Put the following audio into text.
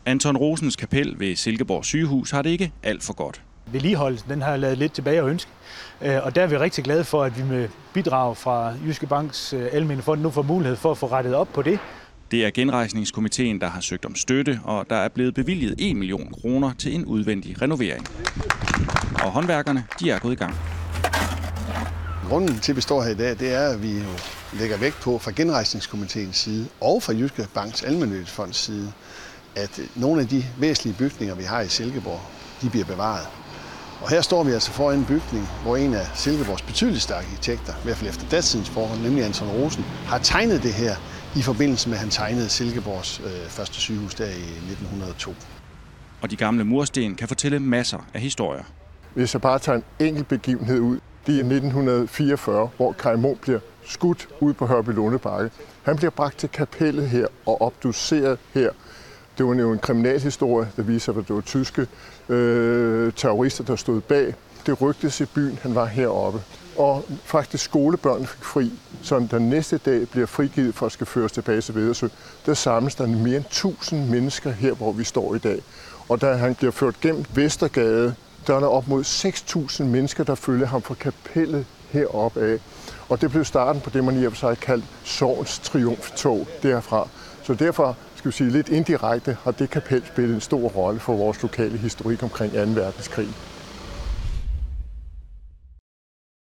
Anton Rosens kapel ved Silkeborg sygehus har det ikke alt for godt. Vedligeholdelsen, den har lavet lidt tilbage at ønske, og der er vi rigtig glade for, at vi med bidrag fra Jyske Banks Almene Fond nu får mulighed for at få rettet op på det. Det er genrejsningskomiteen, der har søgt om støtte, og der er blevet bevilget 1 million kroner til en udvendig renovering. Og håndværkerne, de er gået i gang. Grunden til, at vi står her i dag, det er, at vi jo lægger vægt på fra genrejsningskomiteens side og fra Jyske Banks Almennyttige Fonds side, at nogle af de væsentlige bygninger, vi har i Silkeborg, de bliver bevaret. Og her står vi altså foran en bygning, hvor en af Silkeborgs betydeligste arkitekter, i hvert fald efter datidens forhold, nemlig Anton Rosen, har tegnet det her i forbindelse med, at han tegnede Silkeborgs første sygehus der i 1902. Og de gamle mursten kan fortælle masser af historier. Hvis jeg bare tager en enkelt begivenhed ud, det er 1944, hvor Kaj Munk bliver skudt ude på Hørby Bakke. Han bliver bragt til kapellet her og obduceret her. Det var jo en kriminalhistorie, der viser, at det var tyske terrorister, der stod bag. Det rygtes i byen, han var heroppe. Og faktisk skolebørn fik fri, så den næste dag bliver frigivet for at skal føres tilbage til Vedersø. Der samles der mere end 1000 mennesker her, hvor vi står i dag. Og da han bliver ført gennem Vestergade, der er der op mod 6.000 mennesker, der følger ham fra kapellet heroppe af. Og det blev starten på det, man i og for sig kaldt Sogns triumftog derfra. Så derfor skal vi sige lidt indirekte har det kapel spillet en stor rolle for vores lokale historik omkring 2. verdenskrig.